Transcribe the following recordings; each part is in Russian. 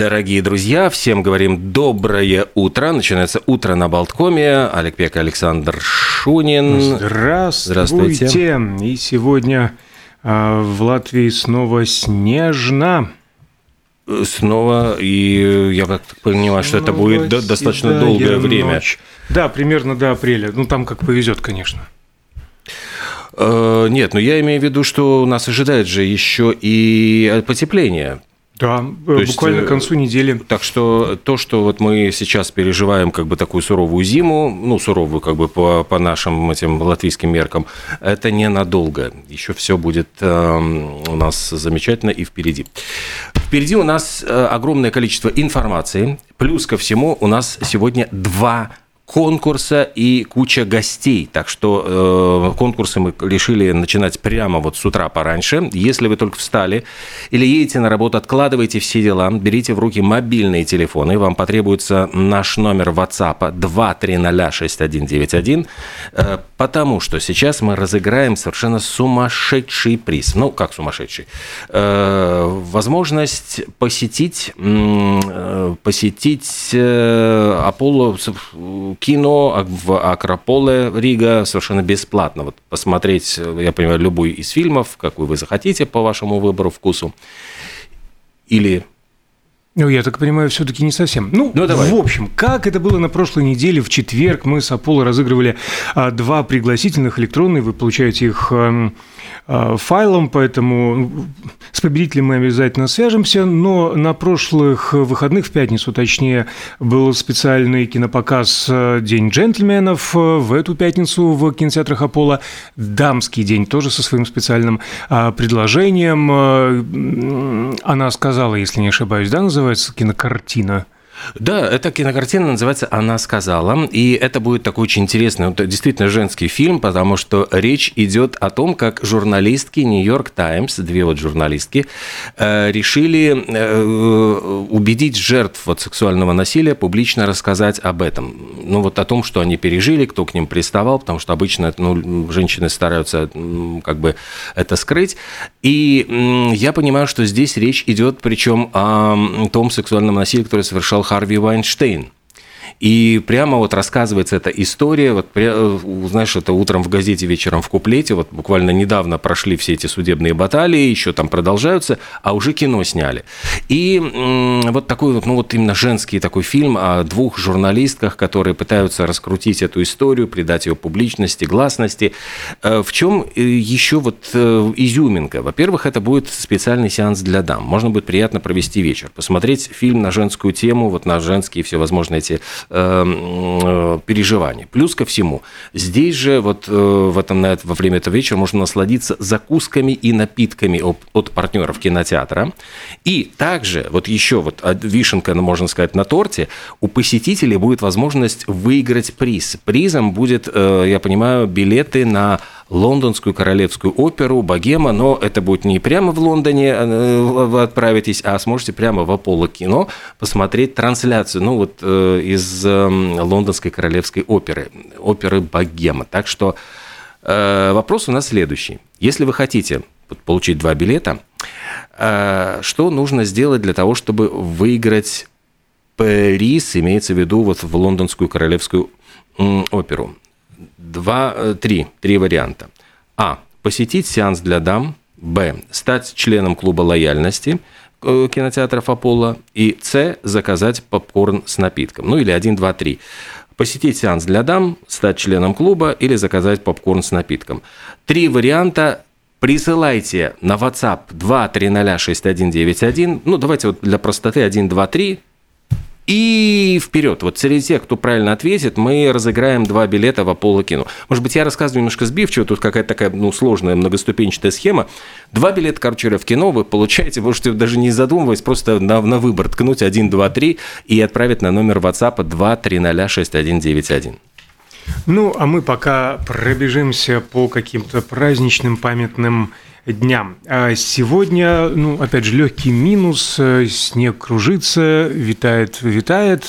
Дорогие друзья, всем говорим доброе утро. Начинается утро на Болткоме. Олег Пек, Александр Шунин. Здравствуйте. И сегодня в Латвии снова снежно. Снова, и я так понимаю, что это будет достаточно долгое время. Ночь. Да, примерно до апреля. Ну, там как повезет, конечно. Нет, но я имею в виду, что нас ожидает же еще и потепление. Да, буквально к концу недели. Так что то, что вот мы сейчас переживаем как бы такую суровую зиму, ну, суровую как бы по нашим этим латвийским меркам, это ненадолго. Еще все будет у нас замечательно и впереди. Впереди у нас огромное количество информации. Плюс ко всему у нас сегодня 2 конкурса и куча гостей. Так что конкурсы мы решили начинать прямо вот с утра пораньше. Если вы только встали или едете на работу, откладывайте все дела, берите в руки мобильные телефоны. Вам потребуется наш номер WhatsApp 2306191, потому что сейчас мы разыграем совершенно сумасшедший приз. Ну, как сумасшедший? Возможность посетить Аполло кино в Акрополе, Рига, совершенно бесплатно. Вот посмотреть, я понимаю, любой из фильмов, какой вы захотите по вашему выбору, вкусу. Или... Ну, я так понимаю, все-таки не совсем. Ну, в общем, как это было на прошлой неделе, в четверг мы с Аполло разыгрывали 2 пригласительных электронные, вы получаете их файлом, поэтому с победителем мы обязательно свяжемся, но на прошлых выходных, в пятницу точнее, был специальный кинопоказ «День джентльменов», в эту пятницу в кинотеатрах Аполло «Дамский день», тоже со своим специальным предложением. Она сказала, если не ошибаюсь, да, называется кинокартина? Да, эта кинокартина называется «Она сказала», и это будет такой очень интересный, действительно женский фильм, потому что речь идет о том, как журналистки «Нью-Йорк Таймс», 2 вот журналистки, решили убедить жертв вот сексуального насилия публично рассказать об этом. Ну, вот о том, что они пережили, кто к ним приставал, потому что обычно женщины стараются как бы это скрыть. И я понимаю, что здесь речь идет, причем о том сексуальном насилии, которое совершал Харви Вайнштейн. И прямо вот рассказывается эта история, вот, знаешь, это утром в газете, вечером в куплете, вот буквально недавно прошли все эти судебные баталии, еще там продолжаются, а уже кино сняли. И вот такой вот, ну вот именно женский такой фильм о 2 журналистках, которые пытаются раскрутить эту историю, придать ее публичности, гласности. В чем еще вот изюминка? Во-первых, это будет специальный сеанс для дам. Можно будет приятно провести вечер, посмотреть фильм на женскую тему, вот на женские всевозможные эти переживаний. Плюс ко всему, здесь же вот во время этого вечера можно насладиться закусками и напитками от партнеров кинотеатра. И также вот еще вот вишенка, можно сказать, на торте, у посетителей будет возможность выиграть приз. Призом будет, я понимаю, билеты на Лондонскую королевскую оперу «Богема», но это будет не прямо в Лондоне вы отправитесь, а сможете прямо в Аполло кино посмотреть трансляцию, ну вот из Лондонской королевской оперы «Богема». Так что вопрос у нас следующий. Если вы хотите получить 2 билета, что нужно сделать для того, чтобы выиграть приз, имеется в виду вот в Лондонскую королевскую оперу? 3 варианта. А. Посетить сеанс для дам. Б. Стать членом клуба лояльности кинотеатров Аполло. И С. Заказать попкорн с напитком. Ну или 1, 2, 3. Посетить сеанс для дам, стать членом клуба или заказать попкорн с напитком. 3 варианта. Присылайте на WhatsApp 2306191. Ну, давайте вот для простоты 1, 2, 3. И вперед. Вот среди тех, кто правильно ответит, мы разыграем 2 билета в Аполло кино. Может быть, я рассказываю немножко сбивчиво, тут какая-то такая сложная многоступенчатая схема. 2 билета, короче, в кино вы получаете, можете даже не задумываясь, просто на выбор ткнуть 1, 2, 3 и отправить на номер WhatsApp 2306191. Ну, а мы пока пробежимся по каким-то праздничным памятным дням. А сегодня, опять же, легкий минус, снег кружится, витает, и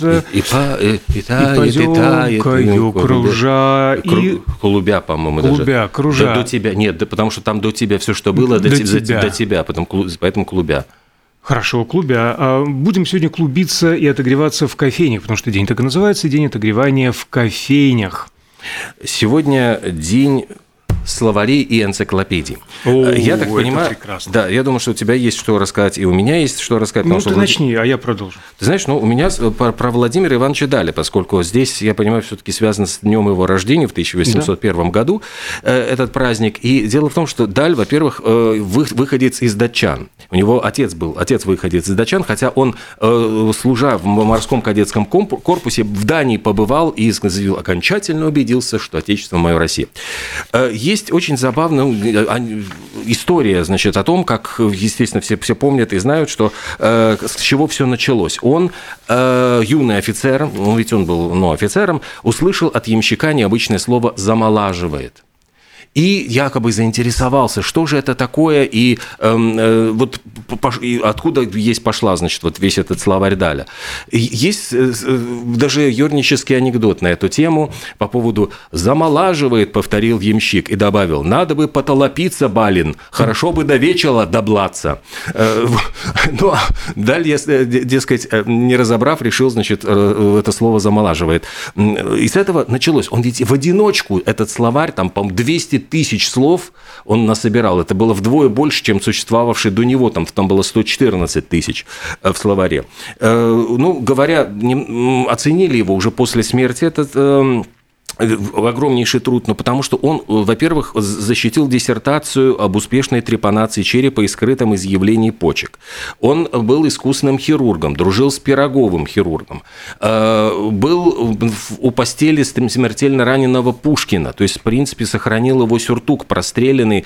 кружа, голубя, по-моему, даже. Кружа. До тебя, нет, потому что там до тебя все, что было, до тебя, поэтому голубя. Хорошо, о клубе. Будем сегодня клубиться и отогреваться в кофейнях, потому что день так и называется, день отогревания в кофейнях. Сегодня день словарей и энциклопедий. Я так понимаю, прекрасно. Да, я думаю, что у тебя есть что рассказать, и у меня есть что рассказать. Ну, ты начни, а я продолжу. Ты знаешь, у меня про Владимира Ивановича Даля, поскольку здесь, я понимаю, все-таки связано с днем его рождения в 1801 году этот праздник. И дело в том, что Даль, во-первых, выходец из датчан. У него отец выходец из датчан, хотя он, служа в морском кадетском корпусе, в Дании побывал и окончательно убедился, что отечество мое Россия. Есть очень забавная история, значит, о том, как, естественно, все помнят и знают, что с чего все началось. Он, юный офицер, ведь он был офицером, услышал от ямщика необычное слово «замолаживает». И якобы заинтересовался, что же это такое, и откуда пошла, значит, вот весь этот словарь Даля. Есть даже юрнический анекдот на эту тему по поводу «замолаживает», повторил ямщик, и добавил: «надо бы потолопиться, балин, хорошо бы до вечера доблаться». Ну, Даль, дескать, не разобрав, решил, значит, это слово «замолаживает». И с этого началось. Он ведь в одиночку этот словарь, там, по-моему, 200 тысяч слов он насобирал. Это было вдвое больше, чем существовавший до него. Там было 114 тысяч в словаре. Говоря, оценили его уже после смерти этот огромнейший труд, но потому что он, во-первых, защитил диссертацию об успешной трепанации черепа и скрытом изъявлении почек. Он был искусным хирургом, дружил с Пироговым хирургом, был у постели смертельно раненого Пушкина, то есть, в принципе, сохранил его сюртук простреленный,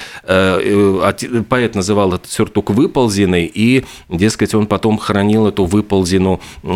поэт называл этот сюртук выползенный, и, дескать, он потом хранил эту выползину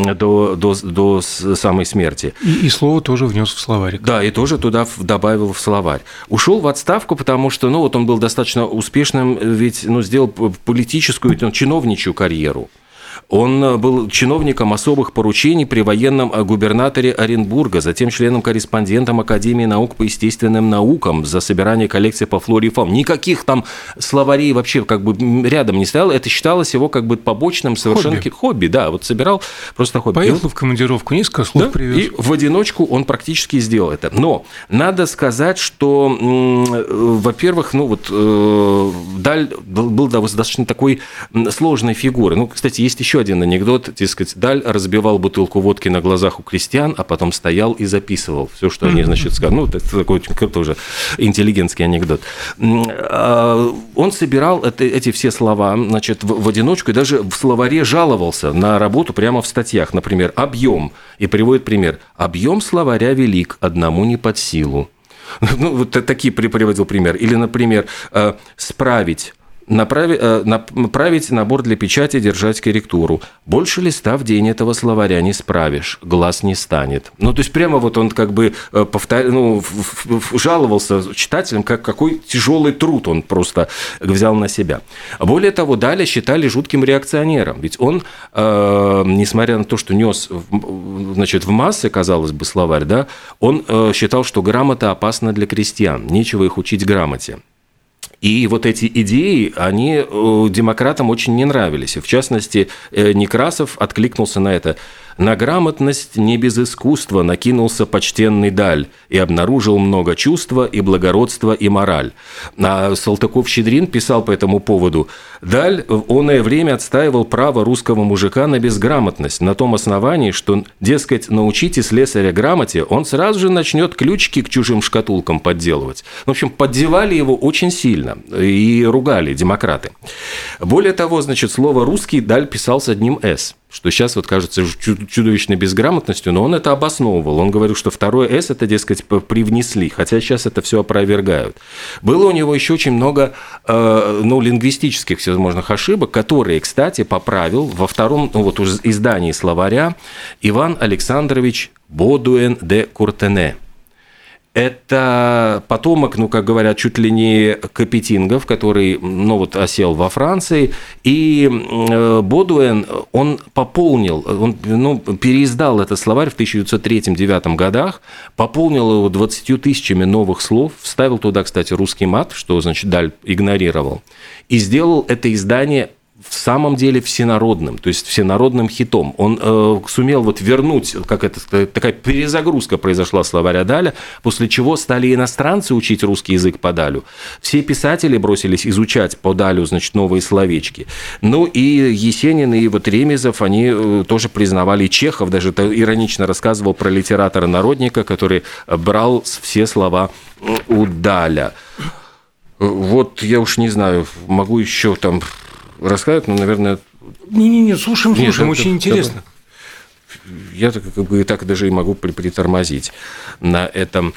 до самой смерти. И слово тоже внес в словарик. Да, и тоже туда добавил в словарь. Ушел в отставку, потому что, он был достаточно успешным, ведь, сделал политическую, чиновничью карьеру. Он был чиновником особых поручений при военном губернаторе Оренбурга, затем членом-корреспондентом Академии наук по естественным наукам за собирание коллекций по флоре и фауне. Никаких там словарей вообще рядом не стояло. Это считалось его побочным совершенно хобби. Да, вот собирал просто хобби. Поехал в командировку, несколько слов привез. И в одиночку он практически сделал это. Но надо сказать, что, во-первых, Даль был достаточно такой сложной фигурой. Кстати, есть еще один анекдот, дескать, Даль разбивал бутылку водки на глазах у крестьян, а потом стоял и записывал все, что они, значит, сказали. Это такой тоже интеллигентский анекдот. Он собирал эти все слова, значит, в одиночку, и даже в словаре жаловался на работу прямо в статьях. Например, объем. И приводит пример. Объем словаря велик, одному не под силу. Вот такие приводил пример. Или, например, направить набор для печати, держать корректуру. Больше листа в день этого словаря не справишь, глаз не станет. То есть, прямо он жаловался читателям, какой тяжелый труд он просто взял на себя. Более того, Даля считали жутким реакционером, ведь он, несмотря на то, что нес, значит, в массы, казалось бы, словарь, да, он считал, что грамота опасна для крестьян, нечего их учить грамоте. И вот эти идеи, они демократам очень не нравились. В частности, Некрасов откликнулся на это. «На грамотность не без искусства накинулся почтенный Даль и обнаружил много чувства и благородства и мораль». А Салтыков-Щедрин писал по этому поводу: «Даль в оное время отстаивал право русского мужика на безграмотность на том основании, что, дескать, научите слесаря грамоте, он сразу же начнет ключики к чужим шкатулкам подделывать». В общем, поддевали его очень сильно и ругали демократы. Более того, значит, слово «русский» Даль писал с одним «с», что сейчас кажется чудовищной безграмотностью, но он это обосновывал. Он говорил, что второе «с» это, дескать, привнесли, хотя сейчас это все опровергают. Было у него еще очень много лингвистических всевозможных ошибок, которые, кстати, поправил во втором уже издании словаря Иван Александрович Бодуэн де Куртене. Это потомок, как говорят, чуть ли не Капетингов, который, осел во Франции. И Бодуэн, он пополнил, он переиздал этот словарь в 1903-1909 годах, пополнил его 20 тысячами новых слов, вставил туда, кстати, русский мат, что, значит, Даль игнорировал, и сделал это издание в самом деле всенародным, то есть всенародным хитом. Он сумел вот вернуть, как это, такая перезагрузка произошла словаря Даля, после чего стали иностранцы учить русский язык по Далю. Все писатели бросились изучать по Далю, значит, новые словечки. Ну и Есенин, и вот Ремезов, они тоже признавали, Чехов даже иронично рассказывал про литератора-народника, который брал все слова у Даля. Вот я уж не знаю, могу еще там рассказать, но, наверное... Не-не-не, слушаем, очень интересно. Я как бы и так даже и могу притормозить на этом.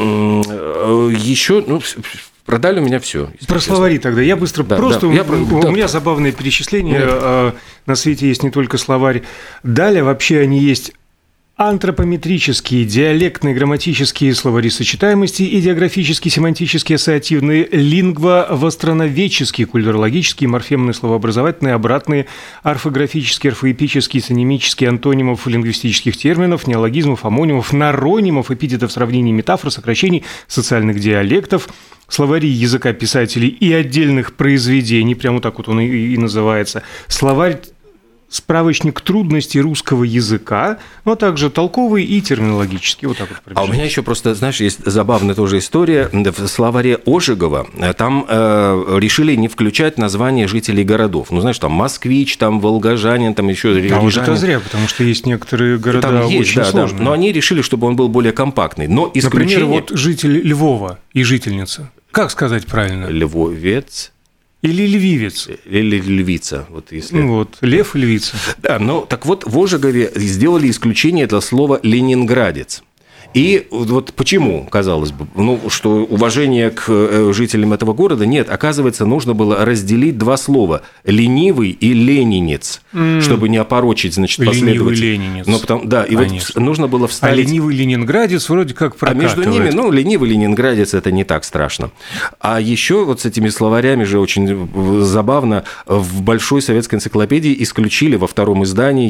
Еще, про Даль у меня все. Про словари тогда. Я быстро у меня забавное перечисление. На свете есть не только словарь Даля, вообще они есть антропометрические, диалектные, грамматические словари сочетаемости, идеографические, семантические, ассоциативные, лингво-вострановедческие, культурологические, морфемные, словообразовательные, обратные, орфографические, орфоэпические, сонимические, антонимов, лингвистических терминов, неологизмов, омонимов, наронимов, эпитетов, сравнений, метафор, сокращений, социальных диалектов, словари языка писателей и отдельных произведений, прямо так вот он и называется, словарь справочник трудностей русского языка, но также толковый и терминологический. Вот так вот пробежать. А у меня еще просто, знаешь, есть забавная тоже история. В словаре Ожегова там решили не включать названия жителей городов. Ну, знаешь, там москвич, там волгожанин, там еще рижанин. А вот это зря, потому что есть некоторые города там есть, очень сложные. Да, но они решили, чтобы он был более компактный. Но исключение... Например, вот житель Львова и жительница. Как сказать правильно? Львовец. Или львивец. Или львица. Вот, если... вот лев и львица. Да, ну так вот в Ожегове сделали исключение для слова «ленинградец». И вот почему, казалось бы, что уважение к жителям этого города нет, оказывается, нужно было разделить два слова – ленивый и ленинец, чтобы не опорочить, значит, последователей. Ленивый ленинец. Но потом, да, и конечно. Вот нужно было вставить… А ленивый ленинградец вроде как прокатывает. А между ними, ленивый ленинградец – это не так страшно. А еще вот с этими словарями же очень забавно в Большой советской энциклопедии исключили во втором издании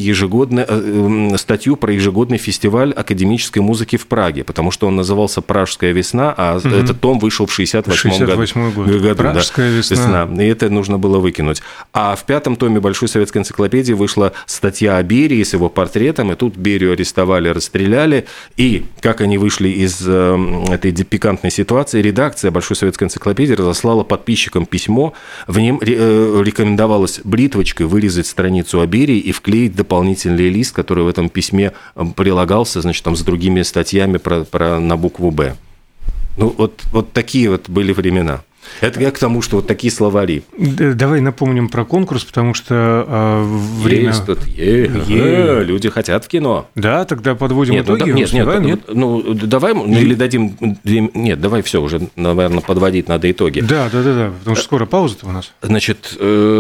статью про ежегодный фестиваль академической музыки в Праге, потому что он назывался «Пражская весна», а этот том вышел в 1968 году. «Пражская весна». И это нужно было выкинуть. А в пятом томе Большой советской энциклопедии вышла статья о Берии с его портретом, и тут Берию арестовали, расстреляли. И как они вышли из этой пикантной ситуации, редакция Большой советской энциклопедии разослала подписчикам письмо, в нем рекомендовалось бритвочкой вырезать страницу о Берии и вклеить дополнительный лист, который в этом письме прилагался, значит, там с другими статьями на букву «Б». Ну, вот такие вот были времена. Это я к тому, что вот такие словари. Давай напомним про конкурс, потому что время... Есть тут, люди хотят в кино. Да, тогда подводим итоги. Давай, или дадим... Нет, давай все, уже, наверное, подводить надо итоги. Да, потому что скоро пауза-то у нас. Значит,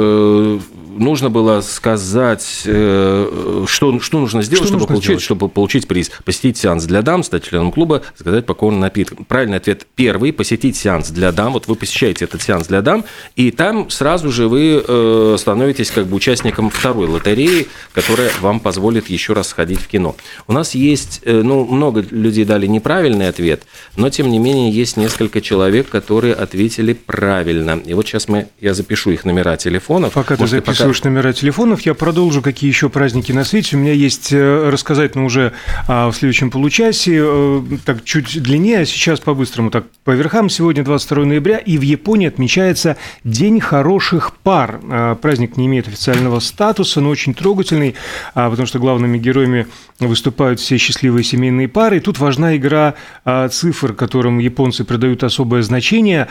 нужно было сказать, что нужно сделать, чтобы получить приз. Посетить сеанс для дам, стать членом клуба, заказать покорный напиток. Правильный ответ первый – посетить сеанс для дам. Вот вы посещаете этот сеанс для дам, и там сразу же вы становитесь как бы участником второй лотереи, которая вам позволит еще раз сходить в кино. У нас есть, много людей дали неправильный ответ, но тем не менее есть несколько человек, которые ответили правильно. И вот сейчас я запишу их номера телефонов. Пока ты записываешь номера телефонов, я продолжу, какие еще праздники на свете. У меня есть рассказать, но уже в следующем получасе, так чуть длиннее, а сейчас по-быстрому, так по верхам. Сегодня 22 ноября, и в Японии отмечается День хороших пар. Праздник не имеет официального статуса, но очень трогательный, потому что главными героями выступают все счастливые семейные пары. И тут важна игра цифр, которым японцы придают особое значение.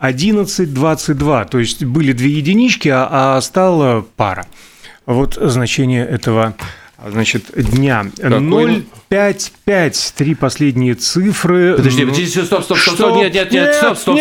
11-22, то есть были две единички, а стала пара. Вот значение этого, значит, дня. 0,55, три последние цифры. Подожди, стоп, нет, стоп,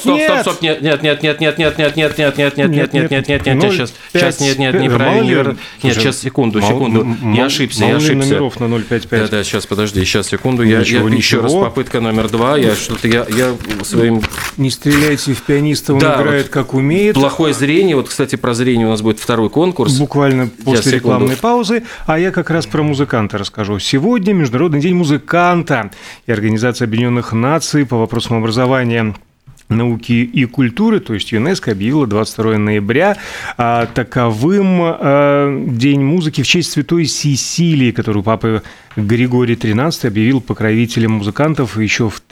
нет, неправильно. Нет, сейчас, секунду, я ошибся. Номеров на 0,55. Да, сейчас, подожди, секунду, я еще раз, попытка номер 2, я своим... Не стреляйте в пианиста, он играет как умеет. Плохое зрение, вот, кстати, про зрение у нас будет второй конкурс. Буквально после рекламной паузы, а я как раз про музыканта расскажу. Сегодня Международный день музыканта и Организация Объединенных Наций по вопросам образования науки и культуры, то есть ЮНЕСКО, объявила 22 ноября таковым День музыки в честь святой Сесилии, которую папа Григорий XIII объявил покровителем музыкантов еще в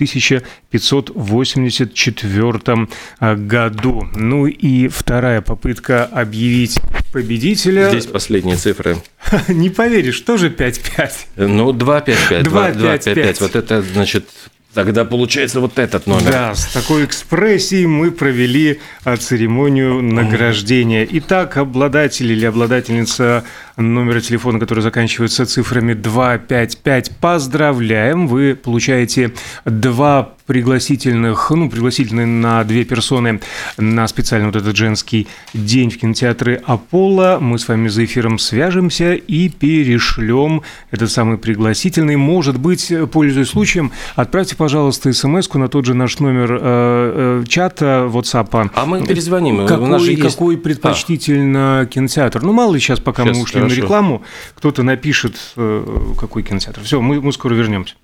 1584 году. Ну и вторая попытка объявить победителя. Здесь последние цифры. Не поверишь, тоже 5-5. Ну, 2-5-5. 2-5-5. Вот это, значит... Тогда получается вот этот номер. Да, с такой экспрессией мы провели церемонию награждения. Итак, обладатель или обладательница номера телефона, который заканчивается цифрами 255, поздравляем. Вы получаете 2 пригласительные на 2 персоны на специальный вот этот женский день в кинотеатре «Аполло». Мы с вами за эфиром свяжемся и перешлем этот самый пригласительный. Может быть, пользуясь случаем, отправьте, пожалуйста, смс-ку на тот же наш номер чата WhatsApp. А мы перезвоним. Какой предпочтительно кинотеатр? Ну, мало ли сейчас, пока мы ушли на рекламу, кто-то напишет, какой кинотеатр. Все, мы скоро вернемся.